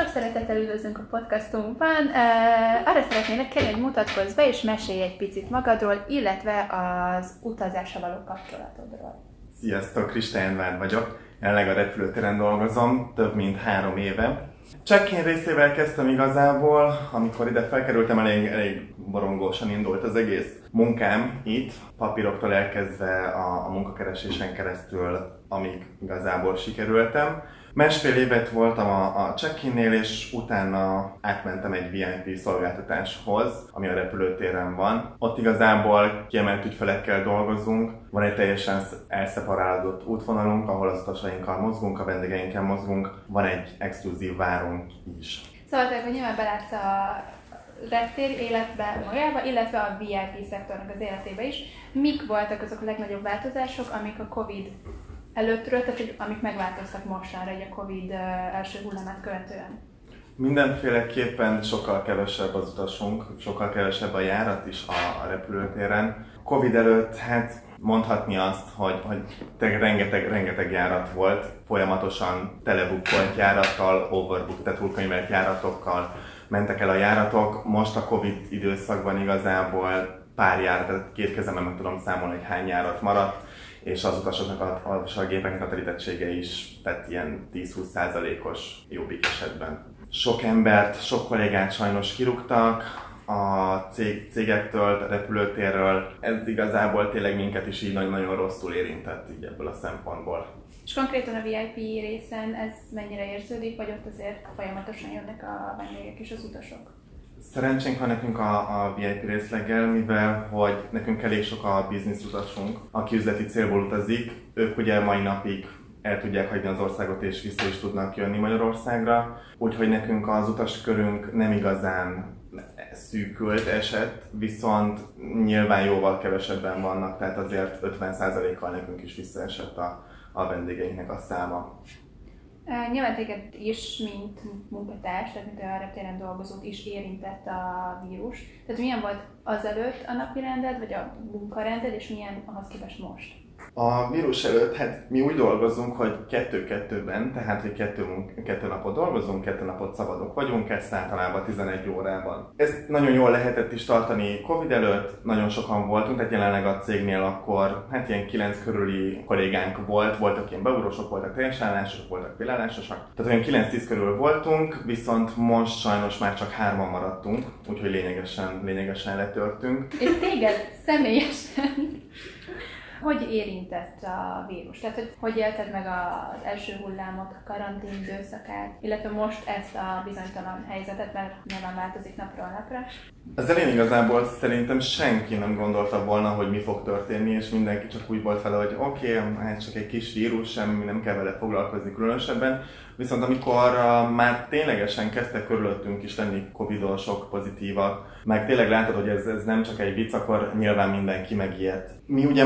Sok szeretettel üdvözlünk a podcastunkban. Arra szeretnélek kérni, hogy mutatkozz be és mesélj egy picit magadról, illetve az utazással való kapcsolatodról. Sziasztok, Kristály Vár vagyok. Jelenleg a repülőtéren dolgozom, több mint 3 éve. Check-in részével kezdtem igazából, amikor ide felkerültem, elég borongósan indult az egész munkám itt, papíroktól elkezdve a munkakeresésen keresztül, amíg igazából sikerültem. 1,5 évet voltam a check-innél, és utána átmentem egy VIP szolgáltatáshoz, ami a repülőtéren van. Ott igazából kiemelt ügyfelekkel dolgozunk, van egy teljesen elszeparálódott útvonalunk, ahol az utasainkkal mozgunk, a vendégeinkkel mozgunk, van egy exkluzív várunk is. Szóval te nyilván belátsz a reptér életbe magába, illetve a VIP szektornak az életébe is. Mik voltak azok a legnagyobb változások, amik a Covid előttről, tehát amik megváltoztak mostanra, egy a Covid első hullámát követően? Mindenféleképpen sokkal kevesebb az utasunk, sokkal kevesebb a járat is a repülőtéren. Covid előtt mondhatni azt, hogy rengeteg járat volt, folyamatosan telebukkolt járattal, overbook, tehát túlkönyvelt járatokkal mentek el a járatok. Most a Covid időszakban igazából pár járat, tehát 2 kezemben meg tudom számolni, hogy hány járat maradt, és az utasoknak, a gépeknek a terítettsége is tett ilyen 10-20%-os jobbik esetben. Sok embert, sok kollégát sajnos kirúgtak a cégektől, a repülőtérről. Ez igazából tényleg minket is így nagyon rosszul érintett így ebből a szempontból. És konkrétan a VIP részen ez mennyire érződik, vagy ott azért folyamatosan jönnek a vendégek és az utasok? Szerencsénk van nekünk a VIP részleggel, mivel hogy nekünk elég sok a business utasunk, aki üzleti célból utazik. Ők ugye mai napig el tudják hagyni az országot és vissza is tudnak jönni Magyarországra. Úgyhogy nekünk az utaskörünk nem igazán szűkült esett, viszont nyilván jóval kevesebben vannak, tehát azért 50%-kal nekünk is visszaesett a vendégeinknek a száma. Nyilván téged is, mint munkatárs, tehát mint a reptéren dolgozót is érintett a vírus. Tehát milyen volt azelőtt a napirended, vagy a munkarended, és milyen ahhoz képest most? A vírus előtt mi úgy dolgozunk, hogy 2-2-ben, tehát hogy 2 napot dolgozunk, 2 napot szabadok vagyunk, ezt általában 11 órában. Ezt nagyon jól lehetett is tartani Covid előtt, nagyon sokan voltunk, tehát jelenleg a cégnél akkor ilyen 9 körüli kollégánk voltak ilyen beugrósok, voltak teljes állásosok, voltak félállásosak. Tehát olyan 9-10 körül voltunk, viszont most sajnos már csak 3-an maradtunk, úgyhogy lényegesen letörtünk. És téged személyesen hogy érintett a vírus? Tehát, hogy élted meg az első hullámot, a karantén időszakát, illetve most ezt a bizonytalan helyzetet, mert nyilván változik napról napra? Az elején igazából szerintem senki nem gondolta volna, hogy mi fog történni, és mindenki csak úgy volt vele, hogy oké, csak egy kis vírus, semmi nem kell vele foglalkozni különösebben. Viszont amikor már ténylegesen kezdtek körülöttünk is lenni covidosok, pozitívak, meg tényleg látod, hogy ez nem csak egy vicc, akkor nyilván mindenki megijedt. Mi ugye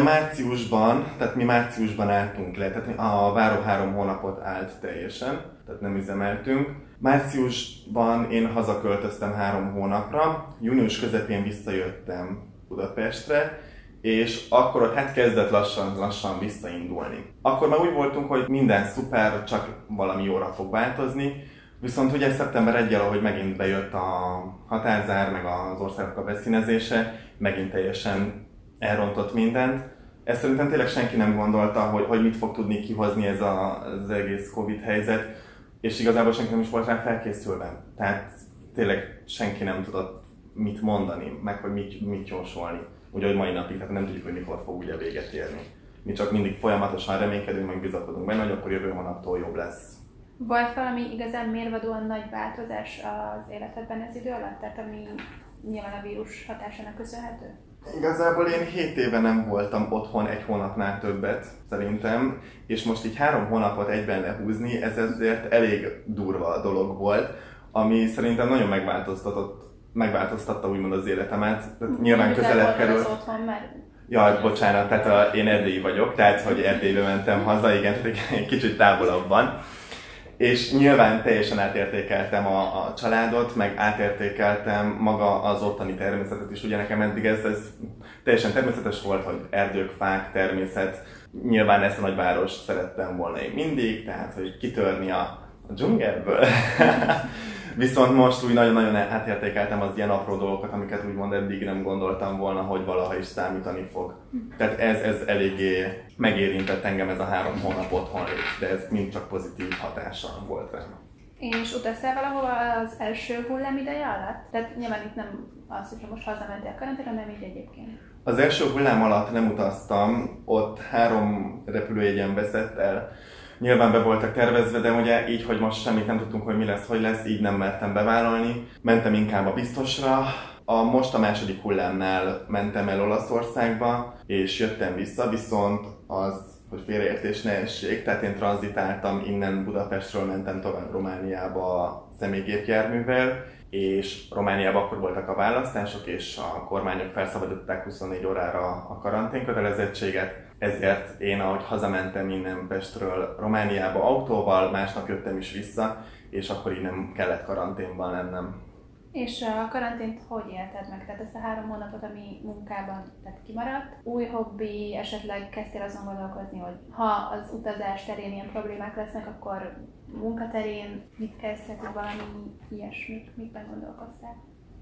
márciusban álltunk le, tehát a váró 3 hónapot állt teljesen, tehát nem üzemeltünk. Márciusban én hazaköltöztem 3 hónapra, június közepén visszajöttem Budapestre, és akkor ott kezdett lassan visszaindulni. Akkor már úgy voltunk, hogy minden szuper, csak valami jóra fog változni, viszont ugye szeptember 1-jel, ahogy megint bejött a határzár, meg az országok a beszínezése, megint teljesen elrontott mindent. Ezt szerintem tényleg senki nem gondolta, hogy mit fog tudni kihozni ez az egész Covid helyzet, és igazából senki nem is volt rá felkészülve. Tehát tényleg senki nem tudott mit mondani, meg hogy mit jósolni. Úgyhogy mai napig, tehát nem tudjuk, hogy mikor fog ugye véget érni. Mi csak mindig folyamatosan reménykedünk, meg bizakodunk benne, hogy akkor jövő hónaptól jobb lesz. Volt valami igazán mérvadóan nagy változás az életedben ez idő alatt? Tehát ami nyilván a vírus hatásának köszönhető? Igazából én 7 éve nem voltam otthon 1 hónapnál többet, szerintem, és most így 3 hónapot egyben lehúzni, ez ezért elég durva dolog volt, ami szerintem nagyon megváltoztatta úgymond az életemet. Tehát nyilván közelebb kerül. Jaj, bocsánat, tehát én erdélyi vagyok, tehát hogy Erdélybe mentem haza, igen, egy kicsit távolabban. És nyilván teljesen átértékeltem a családot, meg átértékeltem maga az ottani természetet is. Ugye nekem eddig ez teljesen természetes volt, hogy erdők, fák, természet. Nyilván ezt a nagyvárost szerettem volna én mindig, tehát hogy kitörni a dzsungelből. Viszont most úgy nagyon-nagyon átértékeltem az ilyen apró dolgokat, amiket úgymond eddig nem gondoltam volna, hogy valaha is számítani fog. Tehát ez eléggé megérintett engem ez a 3 hónap otthon lét, de ez mind csak pozitív hatása volt rám. És utaztál valahova az első hullám ideje alatt? Tehát nyilván itt nem az, hogyha most hazamentél karanténra, hanem így egyébként. Az első hullám alatt nem utaztam, ott 3 repülőjegyen veszett el. Nyilván be voltak tervezve, de ugye így, hogy most semmit nem tudtunk, hogy mi lesz, hogy lesz, így nem mertem bevállalni. Mentem inkább a biztosra. Most a második hullámnál mentem el Olaszországba, és jöttem vissza, viszont az, hogy félreértés ne essék, tehát én tranzitáltam, innen Budapestről mentem tovább Romániába személygépjárművel, és Romániában akkor voltak a választások, és a kormányok felszabadították 24 órára a karanténkötelezettséget, ezért én, ahogy hazamentem innen Pestről Romániába autóval, másnap jöttem is vissza, és akkor így nem kellett karanténban lennem. És a karantént hogy élted meg? Tehát ezt a 3 hónapot, ami munkában tehát kimaradt, új hobbi, esetleg kezdtél azon gondolkozni, hogy ha az utazás terén ilyen problémák lesznek, akkor munkaterén mit kezdtek, vagy valami ilyesmit, mikben gondolkoztál?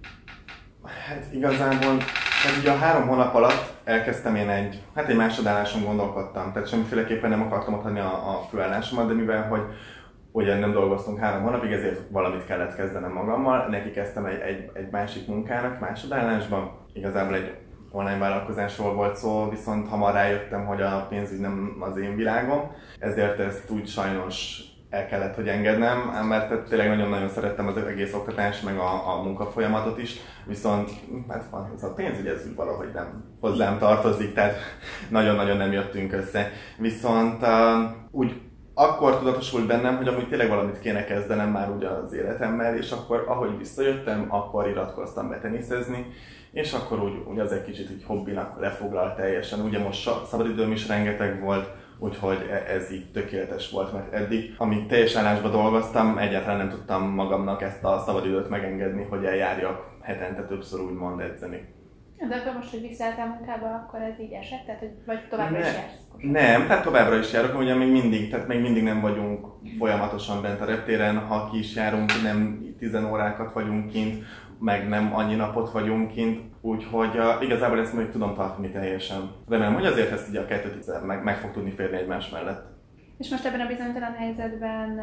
Hát igazából, tehát ugye a 3 hónap alatt elkezdtem én egy másodálláson gondolkodtam, tehát semmiféleképpen nem akartam ott hagyni a főállásomat, de mivel, hogy ugye nem dolgoztunk 3 hónapig, ezért valamit kellett kezdenem magammal. Neki kezdtem egy másik munkának, másodállásban. Igazából egy online vállalkozásról volt szó, viszont hamar rájöttem, hogy a pénzügy nem az én világom. Ezért ezt úgy sajnos el kellett, hogy engednem, mert tényleg nagyon-nagyon szerettem az egész oktatást, meg a munkafolyamatot is, viszont hát ez a pénzügy ez úgy valahogy nem hozzám tartozik, tehát nagyon-nagyon nem jöttünk össze. Viszont úgy akkor tudatosult bennem, hogy amúgy tényleg valamit kéne kezdenem már ugye az életemmel, és akkor ahogy visszajöttem, akkor iratkoztam be teniszezni, és akkor úgy az egy kicsit így hobbinak lefoglalt teljesen. Ugye most szabadidőm is rengeteg volt, úgyhogy ez így tökéletes volt, mert eddig, amíg teljes állásban dolgoztam, egyáltalán nem tudtam magamnak ezt a szabadidőt megengedni, hogy eljárjak hetente többször úgymond edzeni. De akkor most, hogy visszaálltál munkába, akkor ez így esett? Tehát, hogy vagy továbbra is jársz? Nem, tehát továbbra is járok, ugye még mindig nem vagyunk folyamatosan bent a reptéren, ha ki is járunk, nem 10 órákat vagyunk kint, meg nem annyi napot vagyunk kint, úgyhogy igazából ezt még tudom tartani teljesen. Remélem, hogy azért ezt így a kettőt meg fog tudni férni egymás mellett. És most ebben a bizonytalan helyzetben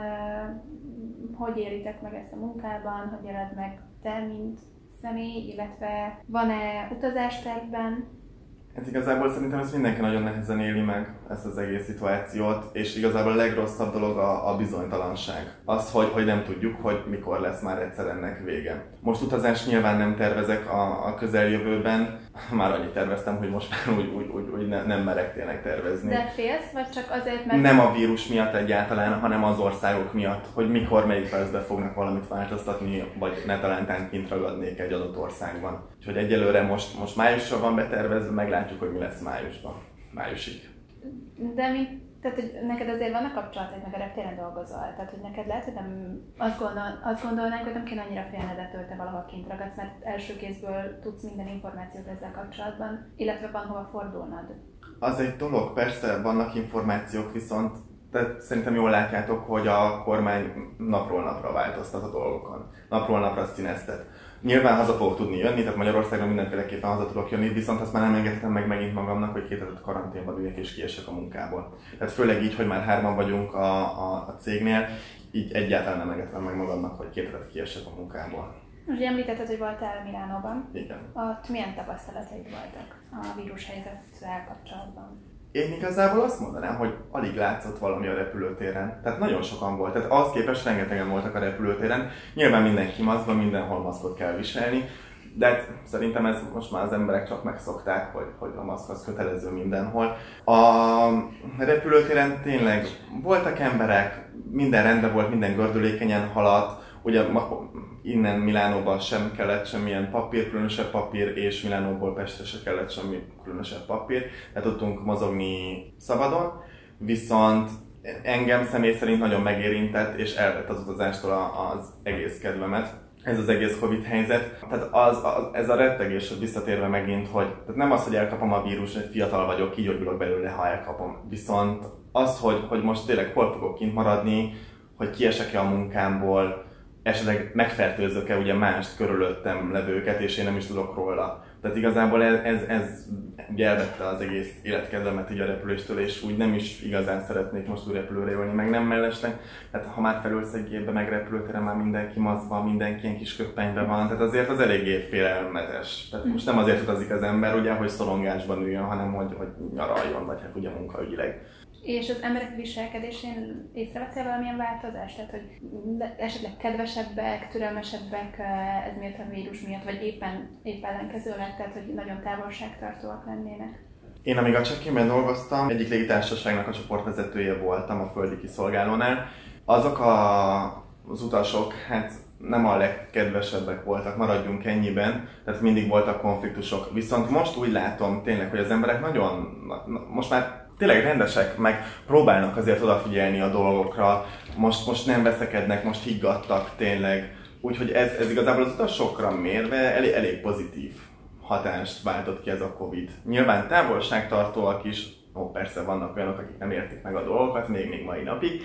hogy éritek meg ezt a munkában, hogy éled meg te, mint személy, illetve van-e utazástervben? Hát igazából szerintem ezt mindenki nagyon nehezen éli meg, ezt az egész szituációt, és igazából a legrosszabb dolog a bizonytalanság. Az, hogy nem tudjuk, hogy mikor lesz már egyszer ennek vége. Most utazást nyilván nem tervezek a közeljövőben, már annyit terveztem, hogy most már úgy nem merek tényleg tervezni. De félsz, vagy csak azért, mert... Nem a vírus miatt egyáltalán, hanem az országok miatt, hogy mikor, melyik percben fognak valamit változtatni, vagy ne talántán kint ragadnék egy adott országban. Úgyhogy egyelőre most májusra van betervezve, meglátjuk, hogy mi lesz májusig. De tehát, hogy neked azért vannak kapcsolataid, meg a reptéren dolgozol, tehát, hogy neked lehet, hogy nem azt gondolnánk, hogy nem kéne annyira félned, hogy te valahol kint ragadsz, mert első kézből tudsz minden információt ezzel kapcsolatban, illetve van hova fordulnod. Az egy dolog, persze vannak információk, viszont de szerintem jól látjátok, hogy a kormány napról napra változtat a dolgokon. Napról napra színeztet. Nyilván haza fogok tudni jönni, tehát Magyarországon mindenféleképpen haza tudok jönni, viszont azt már nem engedhetem meg megint magamnak, hogy 2 hetet karanténban üljek és kiesek a munkából. Tehát főleg így, hogy már 3-an vagyunk a cégnél, így egyáltalán nem engedhetem meg magamnak, hogy 2 hetet kiesek a munkából. Ugye említetted, hogy voltál Milánóban. Igen. Ott milyen tapasztalataid voltak a vírushelyzettel kapcsolatban? Én igazából azt mondanám, hogy alig látszott valami a repülőtéren. Tehát nagyon sokan volt. Tehát ahhoz képest rengetegen voltak a repülőtéren. Nyilván mindenki maszkban, mindenhol maszkot kell viselni. De hát szerintem ez most már az emberek csak megszokták, hogy a maszk az kötelező mindenhol. A repülőtéren tényleg voltak emberek, minden rendben volt, minden gördülékenyen haladt. Ugye innen Milánóban sem kellett semmilyen papír, különösebb papír, és Milánóból Pestre se kellett semmi különösebb papír. Tehát tudtunk mozogni szabadon, viszont engem személy szerint nagyon megérintett, és elvett az utazástól az egész kedvemet. Ez az egész Covid helyzet. Tehát ez a rettegés visszatérve megint, hogy tehát nem az, hogy elkapom a vírus, hogy fiatal vagyok, kigyógyulok belőle, ha elkapom. Viszont az, hogy most tényleg hol fogok kint maradni, hogy kiesek-e a munkámból, esetleg megfertőzök-e ugye mást körülöttem levőket, és én nem is tudok róla. Tehát igazából ez ugye elvette az egész életkedvemet így a repüléstől, és úgy nem is igazán szeretnék most új repülőre ülni, meg nem mellesleg. Tehát ha már felülsz egy gépbe, meg repülőteren már mindenki maszkban, mindenki ilyen kis köppenyben van, tehát azért az eléggé félelmetes. Tehát most nem azért utazik az ember, ugye, hogy szorongásban üljön, hanem hogy nyaraljon, vagy hát ugye munkaügyileg. És az emberek viselkedésén észrevettél valamilyen változást? Tehát, hogy esetleg kedvesebbek, türelmesebbek ez miatt a vírus miatt, vagy épp ellenkezőleg, tehát, hogy nagyon távolságtartóak lennének? Én amíg a check-inben dolgoztam, egyik légitársaságnak a csoportvezetője voltam a földi kiszolgálónál. Azok az utasok, hát nem a legkedvesebbek voltak, maradjunk ennyiben, tehát mindig voltak konfliktusok. Viszont most úgy látom tényleg, hogy az emberek most már tényleg rendesek, meg próbálnak azért odafigyelni a dolgokra, most nem veszekednek, most higgadtak tényleg. Úgyhogy ez igazából az utasokra mérve elég pozitív hatást váltott ki ez a Covid. Nyilván távolságtartóak is, persze vannak olyanok, akik nem értik meg a dolgokat, még mai napig,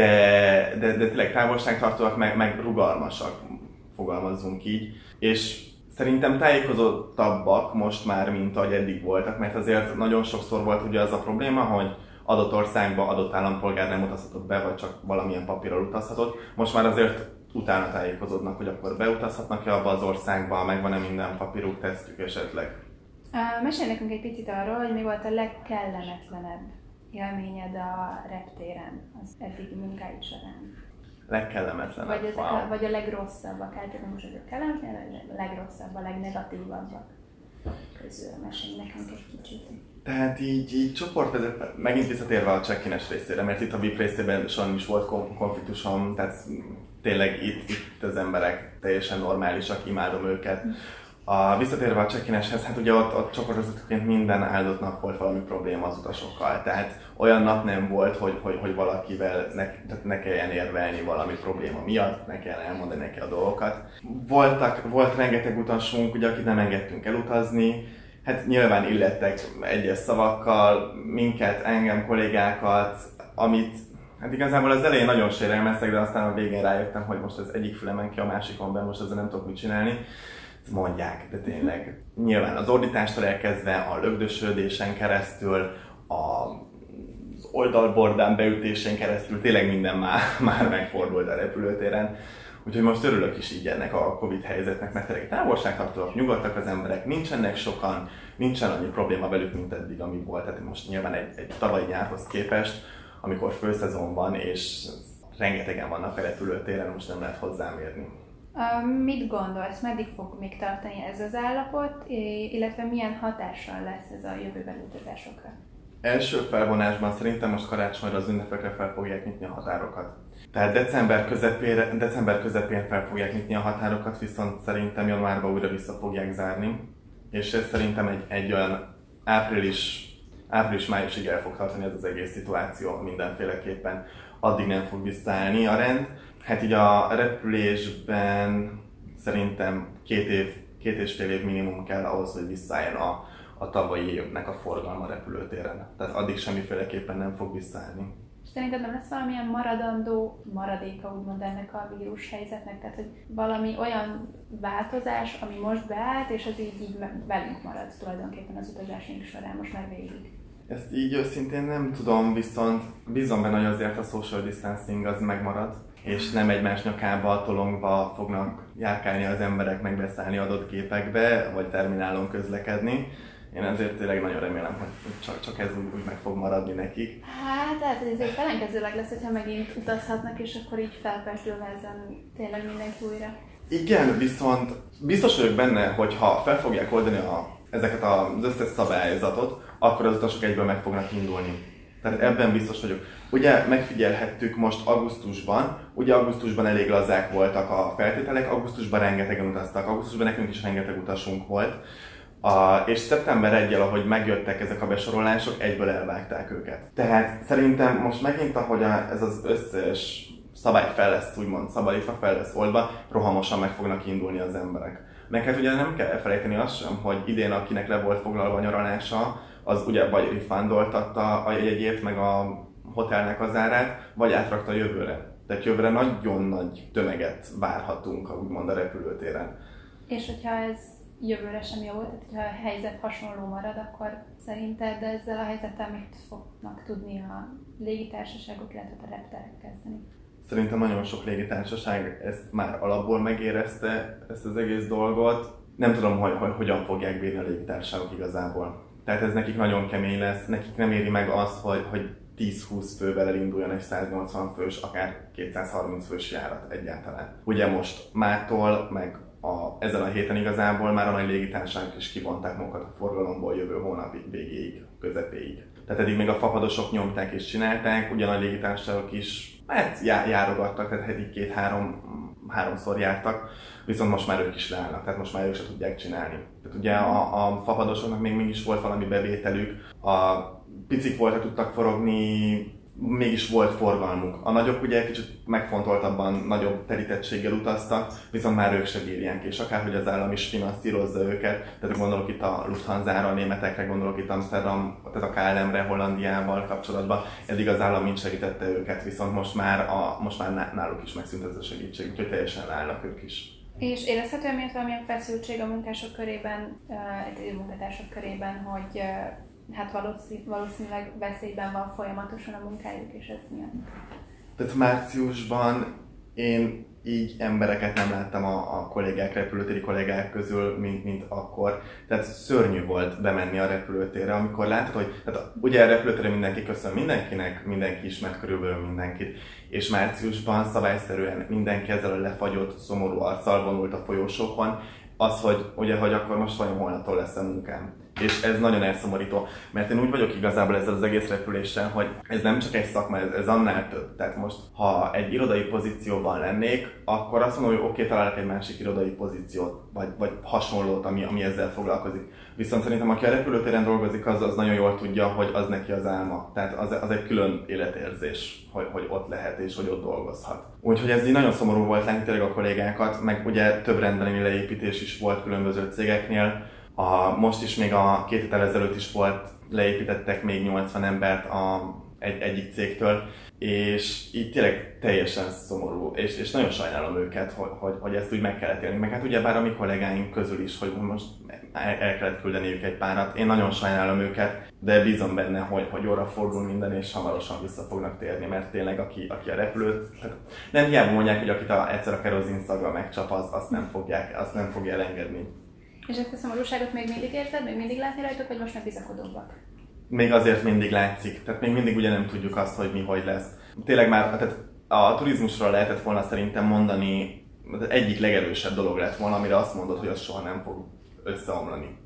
de tényleg távolságtartóak, meg rugalmasak, fogalmazzunk így. És szerintem tájékozottabbak most már, mint ahogy eddig voltak, mert azért nagyon sokszor volt ugye az a probléma, hogy adott országba adott állampolgár nem utazhatott be, vagy csak valamilyen papírral utazhatott. Most már azért utána tájékozódnak, hogy akkor beutazhatnak-e abba az országba, megvan-e minden papíruk, tesztjük esetleg. Mesélj nekünk egy picit arról, hogy mi volt a legkellemetlenebb élményed a reptéren az eddigi munkáid során. Legkellemetlenebb. Vagy a legrosszabbak, általában most a kellemetlen, a legrosszabb, a legnegatívabbak közül. Mesélj nekünk egy kicsit. Tehát így csoportvezető, megint visszatérve a check-in-es részére, mert itt a VIP részében sajnos is volt konfliktusom, tehát tényleg itt az emberek teljesen normálisak, imádom őket. Visszatérve a check-in-eshez, hát ugye ott csoportvezetőként minden áldott nap volt valami probléma az utasokkal. Tehát olyan nap nem volt, hogy valakivel ne kelljen érvelni valami probléma miatt, ne kell elmondani neki a dolgokat. Volt rengeteg utasunk, ugye, akit nem engedtünk elutazni. Hát nyilván illettek egyes szavakkal, minket, engem, kollégákat, amit hát igazából az elején nagyon sérelmeztek, de aztán a végén rájöttem, hogy most az egyik fülemen ki, a másikon be, most ezzel nem tudok mit csinálni. Mondják, de tényleg. Nyilván az ordítástól elkezdve, a lögdösödésen keresztül, az oldalbordán beütésén keresztül, tényleg minden már megfordult a repülőtéren. Úgyhogy most örülök is így ennek a Covid helyzetnek, mert tényleg távolságtartóak, nyugodtak az emberek, nincsenek sokan, nincsen annyi probléma velük, mint eddig, ami volt. Tehát most nyilván egy tavalyi nyárhoz képest, amikor főszezon van, és rengetegen vannak a repülőtéren, most nem lehet hozzámérni. Mit gondolsz, meddig fog még tartani ez az állapot, illetve milyen hatással lesz ez a jövőbeli utazásokra? Első felvonásban szerintem most karácsonyra az ünnepekre fel fogják nyitni a határokat. Tehát december közepén fel fogják nyitni a határokat, viszont szerintem januárban újra vissza fogják zárni. És ez szerintem egy olyan április-májusig el fog tartani ez az egész szituáció mindenféleképpen. Addig nem fog visszaállni a rend. Hát így a repülésben szerintem 2,5 év minimum kell ahhoz, hogy visszaálljon a tavalyi évnek a forgalma a repülőtéren. Tehát addig semmiféleképpen nem fog visszaállni. Szerinted nem lesz valamilyen maradandó maradéka úgymond ennek a vírus helyzetnek? Tehát, hogy valami olyan változás, ami most beállt, és az így velünk marad tulajdonképpen az utazásaink során most már végig? Ezt így őszintén nem tudom, viszont bízom benne, hogy azért a social distancing az megmarad, és nem egymás nyakába, tolongva fognak járkálni az emberek, megbeszállni adott gépekbe, vagy terminálon közlekedni. Én ezért tényleg nagyon remélem, hogy csak ez úgy meg fog maradni nekik. Hát lehet, hogy ezért ellenkezőleg lesz, hogyha megint utazhatnak, és akkor így felperdülve ezen tényleg mindenki újra. Igen, viszont biztos vagyok benne, hogy ha fel fogják oldani ezeket az összes szabályzatot, akkor az utasok egyből meg fognak indulni. Tehát ebben biztos vagyok. Ugye megfigyelhettük most augusztusban, elég lazák voltak a feltételek, augusztusban rengetegen utaztak, augusztusban nekünk is rengeteg utasunk volt. És szeptember 1-jel, ahogy megjöttek ezek a besorolások, egyből elvágták őket. Tehát szerintem most megint, ahogy ez az összes szabály fel lesz, úgymond szabályítva, fel lesz oldva, rohamosan meg fognak indulni az emberek. Meg hát ugye nem kell elfelejteni azt sem, hogy idén akinek le volt foglalva a nyaralása, az ugye vagy refundoltatta a jegyét, meg a hotelnek az árát, vagy átrakta a jövőre. Tehát jövőre nagyon nagy tömeget várhatunk, úgymond a repülőtéren. És hogyha ez jövőre sem jó, tehát hogyha a helyzet hasonló marad, akkor szerinted ezzel a helyzettel mit fognak tudni a légitársaságok, illetve a repterek kezdeni? Szerintem nagyon sok légitársaság ezt már alapból megérezte, ezt az egész dolgot. Nem tudom, hogy hogyan fogják bírni a légitársaságok igazából. Tehát ez nekik nagyon kemény lesz, nekik nem éri meg azt, hogy 10-20 fővel elinduljon egy 180 fős, akár 230 fős járat egyáltalán. Ugye most mától, meg ezen a héten igazából már a nagy légitársaságok is kivonták magukat a forgalomból jövő hónap végéig, közepéig. Tehát eddig még a fapadosok nyomták és csinálták, ugye a nagy légitársaságok is járogattak, tehát heti 2-3-szor jártak, viszont most már ők is leállnak, tehát most már ők se tudják csinálni. Tehát ugye a fapadosoknak még mégis volt valami bevételük, a picik voltak, tudtak forogni, mégis volt forgalmuk. A nagyok ugye kicsit megfontoltabban, nagyobb terítettséggel utaztak, viszont már ők se bírják, és akárhogy az állam is finanszírozza őket, tehát gondolok itt a Lufthansa-ra, a németekre, gondolok itt Amsterdam, tehát a KLM-re, Hollandiával kapcsolatban, eddig az állam mind segítette őket, viszont most már náluk is megszűnt ez a segítség, úgyhogy teljesen állnak ők is. És érezhető emiatt valamilyen feszültség a munkások körében, munkatársak körében, hogy hát valószínűleg veszélyben van folyamatosan a munkájuk, és ez miatt? Tehát márciusban én így embereket nem láttam a kollégák, repülőtéri kollégák közül, mint akkor. Tehát szörnyű volt bemenni a repülőtérre, amikor látod, hogy tehát ugye a repülőtérre mindenki köszön mindenkinek, mindenki ismert körülbelül mindenkit. És márciusban szabályszerűen mindenki ezzel a lefagyott, szomorú arccal vonult a folyosókon, az, hogy akkor most vajon holnaptól lesz a munkám. És ez nagyon elszomorító, mert én úgy vagyok igazából ezzel az egész repüléssel, hogy ez nem csak egy szakma, ez annál több. Tehát most, ha egy irodai pozícióban lennék, akkor azt mondom, hogy oké, találok egy másik irodai pozíciót, vagy hasonlót, ami ezzel foglalkozik. Viszont szerintem, aki a repülőtéren dolgozik, az nagyon jól tudja, hogy az neki az álma. Tehát az egy külön életérzés, hogy ott lehet és hogy ott dolgozhat. Úgyhogy ez így nagyon szomorú volt látni tényleg a kollégákat, meg ugye több rendbeli leépítés is volt különböző cégeknél. Most is még a 2 héttel ezelőtt is volt, leépítettek még 80 embert egyik cégtől, és így tényleg teljesen szomorú, és nagyon sajnálom őket, hogy ezt úgy meg kellett élni. Meg hát ugyebár a mi kollégáink közül is, hogy most el kellett küldeniük egy párat. Én nagyon sajnálom őket, de bízom benne, hogy jóra fordul minden, és hamarosan vissza fognak térni, mert tényleg aki a repülőt, nem hiába mondják, hogy akit egyszer a kerozin szaga megcsap, azt nem fogja elengedni. És ezt a szomorúságot még mindig érzed? Még mindig látni rajtuk, vagy most már bizakodóbbak? Még azért mindig látszik. Tehát még mindig ugye nem tudjuk azt, hogy mi hogy lesz. Tényleg már tehát a turizmusról lehetett volna szerintem mondani, az egyik legerősebb dolog lett volna, amire azt mondod, hogy az soha nem fog összeomlani.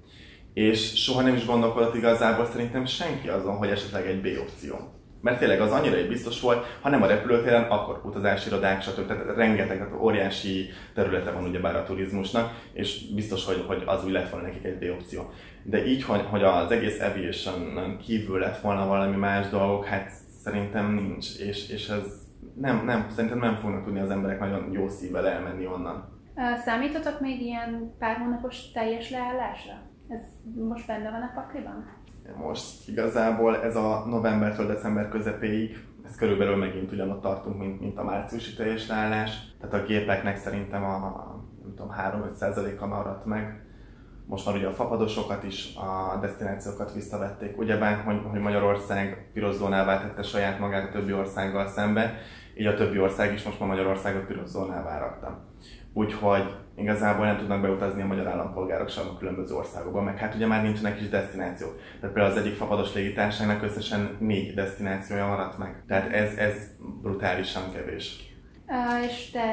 És soha nem is gondolkodott igazából szerintem senki azon, hogy esetleg egy B-opció. Mert tényleg az annyira biztos volt, ha nem a repülőtéren, akkor utazási irodák, stb. Tehát rengeteg óriási területe van ugyebár a turizmusnak, és biztos, hogy az úgy lett volna nekik egy B-opció. De így, hogy az egész aviation kívül lett volna valami más dolgok, hát szerintem nincs, és ez szerintem nem fognak tudni az emberek nagyon jó szívvel elmenni onnan. Számítotok még ilyen pár hónapos teljes leállásra? Ez most benne van a pakliban? Most igazából ez a novembertől december közepéig, ez körülbelül megint ugyanott tartunk, mint a márciusi teljes leállás. Tehát a gépeknek szerintem a 3-5%-a maradt meg. Most már ugye a fapadosokat is, a desztinációkat visszavették. Ugyebár, hogy Magyarország piros zónává tette saját magát a többi országgal szembe, így a többi ország is most már Magyarországot piros zónává rakta. Úgyhogy igazából nem tudnak beutazni a magyar állampolgárok sem a különböző országokban, meg hát ugye már nincsenek is desztinációk. Tehát például az egyik fapados légitársaságnak összesen 4 desztinációja maradt meg. Tehát ez brutálisan kevés. És te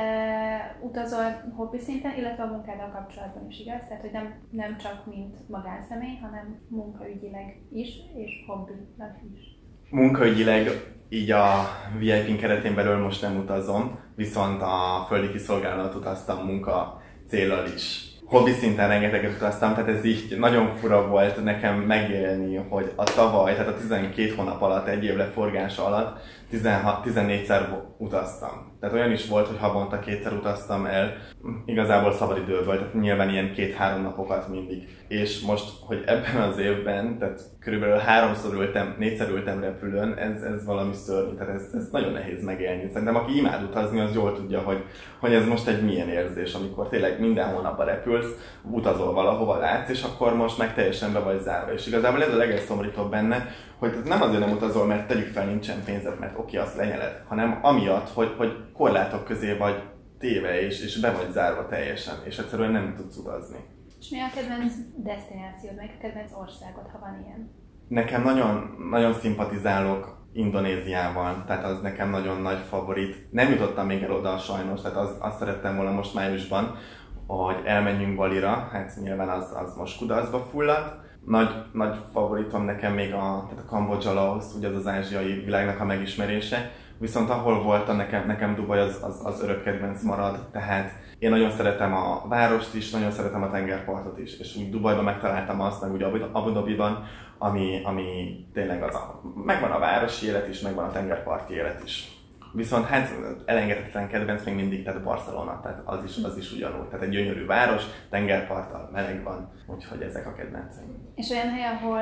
utazol hobbi szinten, illetve a munkáddal kapcsolatban is, igaz? Tehát, hogy nem csak mint magánszemély, hanem munkaügyileg is, és hobbilag is. Munkaügyileg így a VIP keretén belül most nem utazom, viszont a földi kiszolgálatot utaztam munka céllal is. hobbi szinten rengeteget utaztam, tehát ez így nagyon fura volt nekem megélni, hogy a tavaly, tehát a 12 hónap alatt, egy év leforgása alatt 14-szer utaztam. Tehát olyan is volt, hogy havonta 2-szer utaztam el, igazából szabadidőből, tehát nyilván ilyen 2-3 napokat mindig. És most, hogy ebben az évben, tehát körülbelül 4-szer ültem repülőn, ez valami szörnyű, tehát ez nagyon nehéz megélni. Szerintem aki imád utazni, az jól tudja, hogy ez most egy milyen érzés, amikor tényleg minden hónapban repülsz, utazol valahova, látsz, és akkor most meg teljesen be vagy zárva. És igazából ez a legelszomorítóbb benne, hogy nem azért nem utazol, mert tegyük fel nincsen pénzed, mert oké, azt lenyeled, hanem amiatt, hogy korlátok közé vagy téve és be vagy zárva teljesen, és egyszerűen nem tudsz utazni. És mi a kedvenc desztinációd, meg a kedvenc országod, ha van ilyen? Nekem nagyon, nagyon szimpatizálok Indonéziával, tehát az nekem nagyon nagy favorit. Nem jutottam még el oda sajnos, tehát azt szerettem volna most májusban, hogy elmenjünk Balira, hát nyilván az most kudarcba fulladt. Nagy favoritom nekem még a Kambodzsa, Laosz, ugye az ázsiai világnak a megismerése. Viszont ahol voltam, nekem Dubaj az örök kedvenc marad, tehát én nagyon szeretem a várost is, nagyon szeretem a tengerpartot is, és úgy Dubajban megtaláltam azt, meg ugye Abu Dhabiban, ami tényleg megvan a városi élet is, megvan a tengerparti élet is. Viszont hát elengedhetetlen kedvenc még mindig, tehát Barcelona, tehát az is ugyanúgy. Tehát egy gyönyörű város, tengerparttal, meleg van, úgyhogy ezek a kedvenceim. És olyan hely, ahol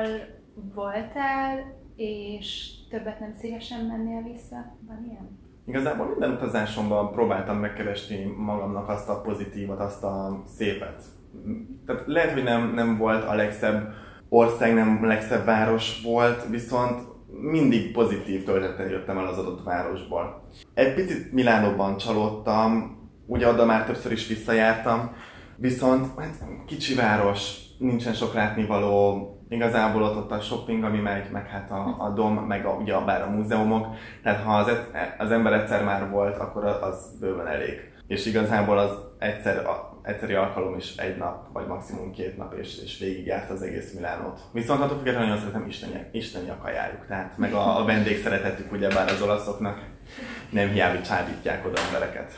voltál, és többet nem szívesen mennél vissza? Van ilyen? Igazából minden utazásomban próbáltam megkeresni magamnak azt a pozitívat, azt a szépet. Tehát lehet, hogy nem volt a legszebb ország, nem a legszebb város volt, viszont mindig pozitív töltettel jöttem el az adott városból. Egy picit Milánóban csalódtam, ugye oda már többször is visszajártam, viszont hát, kicsi város, nincsen sok látnivaló, igazából ott a shopping, ami megy, meg hát a dom, meg ugye bár a múzeumok, tehát ha az ember egyszer már volt, akkor az bőven elég. És igazából az egyszeri alkalom is egy nap, vagy maximum 2 nap, és végigjárt az egész Milánót. Viszont attól függetlenül nagyon szeretem isteni a kajájuk, tehát meg a vendégszeretetük ugyebár az olaszoknak nem hiába csábítják oda embereket.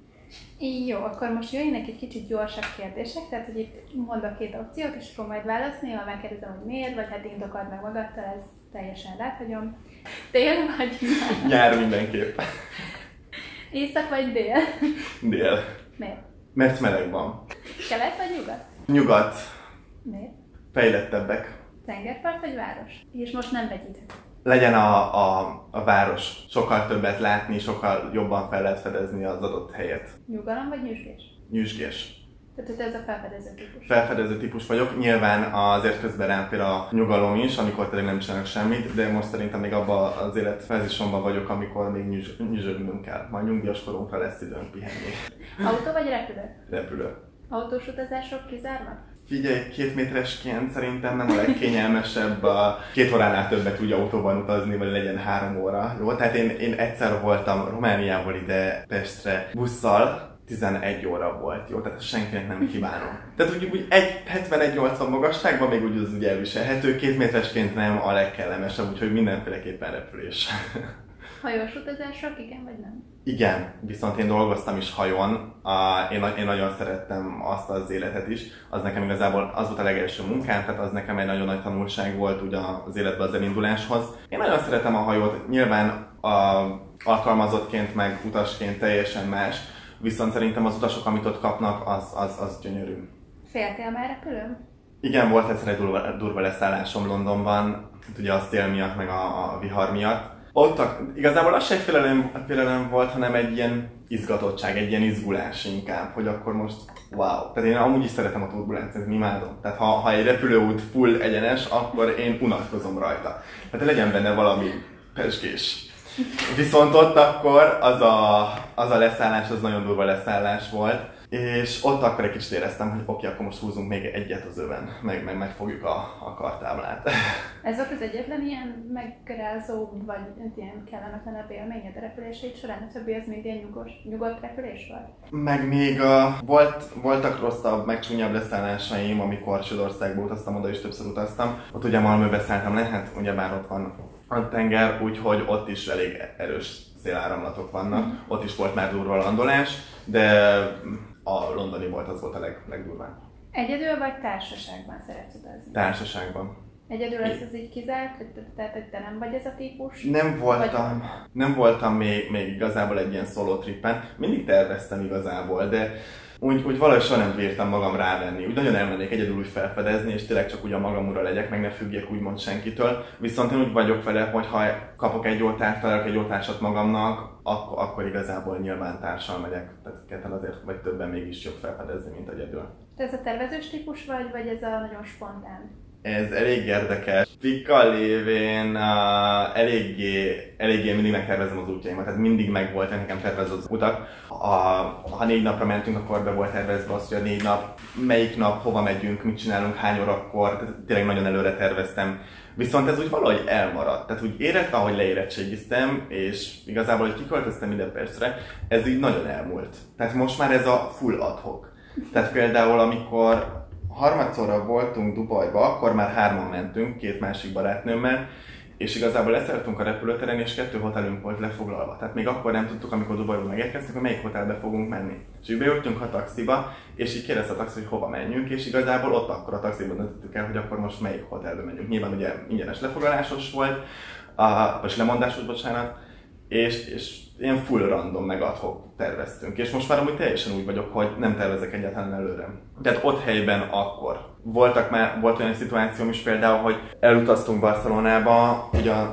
Jó, akkor most jöjjenek egy kicsit gyorsabb kérdések, tehát hogy itt mondok 2 opciót, és akkor majd válaszni, ha megkérdezem, hogy miért, vagy hát indokold meg magadtal, ez teljesen ráthagyom. Tél vagy nyár? Nyár mindenképp. Észak vagy dél? Dél. Miért? Mert meleg van. Kelet vagy nyugat? Nyugat. Miért? Fejlettebbek. Tengerpart vagy város? És most nem vegyítek. Legyen a város. Sokkal többet látni, sokkal jobban fel lehet fedezni az adott helyet. Nyugalom vagy nyüzsgés? Nyüzsgés. Tehát ez a felfedező típus. Felfedező típus vagyok. Nyilván azért közben rám fér a nyugalom is, amikor tényleg nem csinálok semmit, de most szerintem még abban az életfázisomban vagyok, amikor még nyüzsögnünk kell. Majd nyugdíjas korunkra lesz időnk pihenni. Autó vagy repülő? Repülő. Autós utazások kizárva? Figyelj, 2 méteresként szerintem nem a legkényelmesebb 2 óránál többet úgy autóban utazni, vagy legyen 3 óra. Jó? Tehát én egyszer voltam Romániából ide Pestre busszal, 11 óra volt, jó? Tehát senkinek nem kívánom. Tehát úgy 71-80 magasságban még úgy az úgy elviselhető, 2 méteresként nem a legkellemesebb, úgyhogy mindenféleképpen repülés. Hajós utazások, igen vagy nem? Igen, viszont én dolgoztam is hajón, én nagyon szerettem azt az életet is, az nekem igazából az volt a legelső munkám, tehát az nekem egy nagyon nagy tanulság volt ugye az életben az elinduláshoz. Én nagyon szeretem a hajót, nyilván alkalmazottként meg utasként teljesen más, viszont szerintem az utasok, amit ott kapnak, az gyönyörű. Féltél már repülőn? Igen, volt egyszer egy durva leszállásom Londonban, ugye a szél miatt, meg a vihar miatt. Ott igazából az se egy félelem volt, hanem egy ilyen izgatottság, egy ilyen izgulás inkább, hogy akkor most wow. Tehát én amúgy is szeretem a turbulenciát, imádom. Tehát ha egy repülőút full egyenes, akkor én unatkozom rajta. Tehát legyen benne valami pezsgés. Viszont ott akkor az a leszállás, az nagyon durva leszállás volt, és ott akkor egy kicsit éreztem, hogy oké, akkor most húzunk még egyet az öven, meg megfogjuk a kartáblát. Ez volt az egyetlen ilyen megrázó, vagy ilyen kellemetlenebb élményed a repüléseid során? A többi az mind ilyen nyugodt repülés volt? Meg még voltak rosszabb, meg csúnyabb leszállásaim, amikor Svédországba utaztam, oda is többször utaztam. Ott ugye Malmöbe szálltam le, hát ugyebár ott van a tenger, úgyhogy ott is elég erős széláramlatok vannak. Ott is volt már durva landolás, de a londoni volt, az volt a legdurvább. Egyedül vagy társaságban szeretsz utazni? Társaságban. Egyedül lesz ez így kizárt, tehát hogy te nem vagy ez a típus? Nem voltam még igazából egy ilyen solo trippen. Mindig terveztem igazából, de úgy valahogy soha nem bírtam magam rávenni. Úgy nagyon elmennék egyedül úgy felfedezni, és tényleg csak úgy a magam ura legyek, meg ne függjek úgymond senkitől. Viszont én úgy vagyok vele, hogy ha kapok egy jó társat, találok egy jó társat magamnak, akkor igazából nyilván társal megyek. Tehát ketten azért, vagy többen mégis jobb felfedezni, mint egyedül. Te ez a tervezős típus vagy ez a nagyon spontán? Ez elég érdekes. Fika lévén eléggé mindig megtervezem az útjaimat, tehát mindig megvolt nekem tervezve az utak. Ha 4 napra mentünk, akkor be volt tervezve az, hogy a 4 nap, melyik nap, hova megyünk, mit csinálunk, hány órakor, tehát tényleg nagyon előre terveztem. Viszont ez úgy valahogy elmaradt, tehát úgy érett, ahogy leérettségiztem, és igazából, hogy kiköltöztem ide Pestre, ez így nagyon elmúlt. Tehát most már ez a full ad-hoc. Tehát például, amikor harmadszorra voltunk Dubajba, akkor már 3-an mentünk, 2 másik barátnőmmel, és igazából leszálltunk a repülőteren, és 2 hotelünk volt lefoglalva. Tehát még akkor nem tudtuk, amikor Dubajba megérkeztünk, hogy melyik hotelbe fogunk menni. És így beültünk a taxiba, és így kérdezte a taxi, hogy hova menjünk, és igazából ott akkor a taxiban döntöttük el, hogy akkor most melyik hotelbe menjünk. Nyilván ugye ingyenes lefoglalásos volt, vagy lemondásos, bocsánat, és ilyen full random meg ad-hoc terveztünk. És most már amúgy teljesen úgy vagyok, hogy nem tervezek egyáltalán előre. Tehát ott helyben akkor. Volt olyan szituációm is például, hogy elutaztunk Barcelonába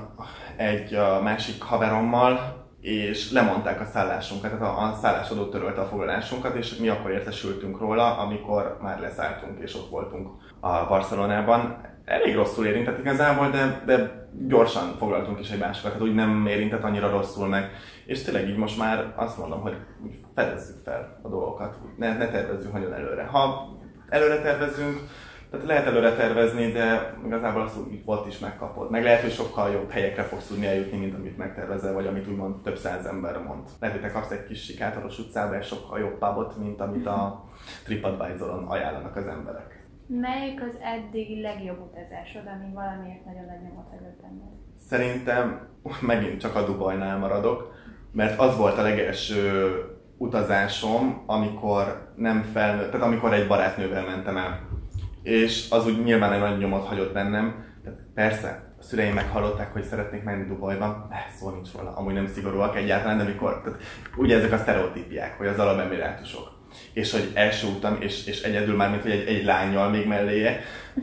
egy másik haverommal, és lemondták a szállásunkat, tehát a szállásadó törölte a foglalásunkat, és mi akkor értesültünk róla, amikor már leszálltunk és ott voltunk a Barcelonában. Elég rosszul érintett igazából, de gyorsan foglaltunk is egy másikat, tehát úgy nem érintett annyira rosszul meg. És tényleg így most már azt mondom, hogy fedezzük fel a dolgokat, ne tervezzünk nagyon előre. Ha előre tervezünk, tehát lehet előre tervezni, de igazából azt úgy ott is megkapod. Meg lehet, hogy sokkal jobb helyekre fogsz tudni eljutni, mint amit megtervezel, vagy amit úgymond több száz ember mond. Lehet, hogy te kapsz egy kis sikátoros utcába, és sokkal jobb pubot, mint amit a TripAdvisoron ajánlanak az emberek. Melyik az eddigi legjobb utazásod, ami valamiért nagyon nagy nyomot hagyott benned? Szerintem megint csak a Dubajnál maradok, mert az volt a legelső utazásom, amikor tehát amikor egy barátnővel mentem el. És az úgy nyilván egy nagy nyomot hagyott bennem. Tehát persze, a szüleim meghallották, hogy szeretnék menni Dubajba, szó nincs róla, amúgy nem szigorúak egyáltalán, de tehát ugye ezek a sztereotípiák, hogy az Arab Emirátusok. És hogy első utam, és egyedül már, mint hogy egy lánnyal még melléje,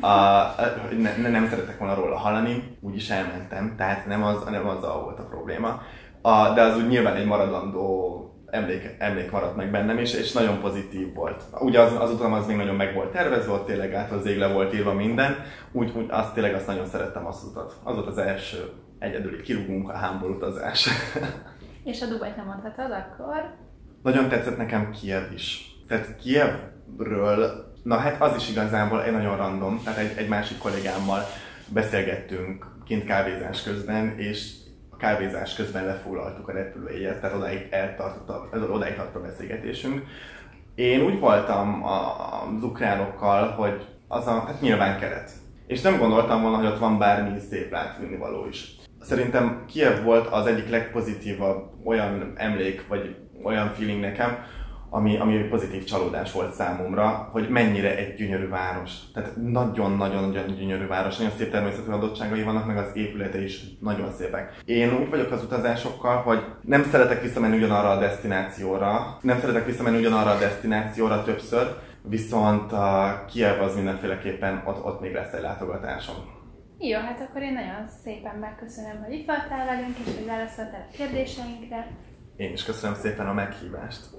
nem szeretek volna róla hallani, úgyis elmentem, tehát nem azzal volt a probléma. De az úgy nyilván egy maradandó emlék maradt meg bennem, és nagyon pozitív volt. Ugye az utam az még nagyon meg volt tervezve, ott tényleg át az égle volt írva minden, úgy azt nagyon szerettem azt az utat. Az volt az első egyedüli kirúgunk a hámból utazás. És a Dubajt nem mondhatod akkor? Nagyon tetszett nekem Kijev is. Tehát Kijevről, na hát az is igazából egy nagyon random, tehát egy másik kollégámmal beszélgettünk kint kávézás közben, és a kávézás közben lefoglaltuk a repülőjegyet, tehát odáig tartott a beszélgetésünk. Én úgy voltam az ukránokkal, hogy hát nyilván keret. És nem gondoltam volna, hogy ott van bármi szép látnivaló is. Szerintem Kijev volt az egyik legpozitívabb olyan emlék, vagy olyan feeling nekem, ami pozitív csalódás volt számomra, hogy mennyire egy gyönyörű város. Tehát nagyon-nagyon gyönyörű város, nagyon szép természeti adottságai vannak, meg az épülete is nagyon szépek. Én úgy vagyok az utazásokkal, hogy nem szeretek visszamenni ugyanarra a desztinációra többször, viszont a Kijev az mindenféleképpen ott még lesz egy látogatásom. Jó, hát akkor én nagyon szépen megköszönöm, hogy itt voltál velünk, és hogy válaszoltál a kérdéseinkre. Én is köszönöm szépen a meghívást.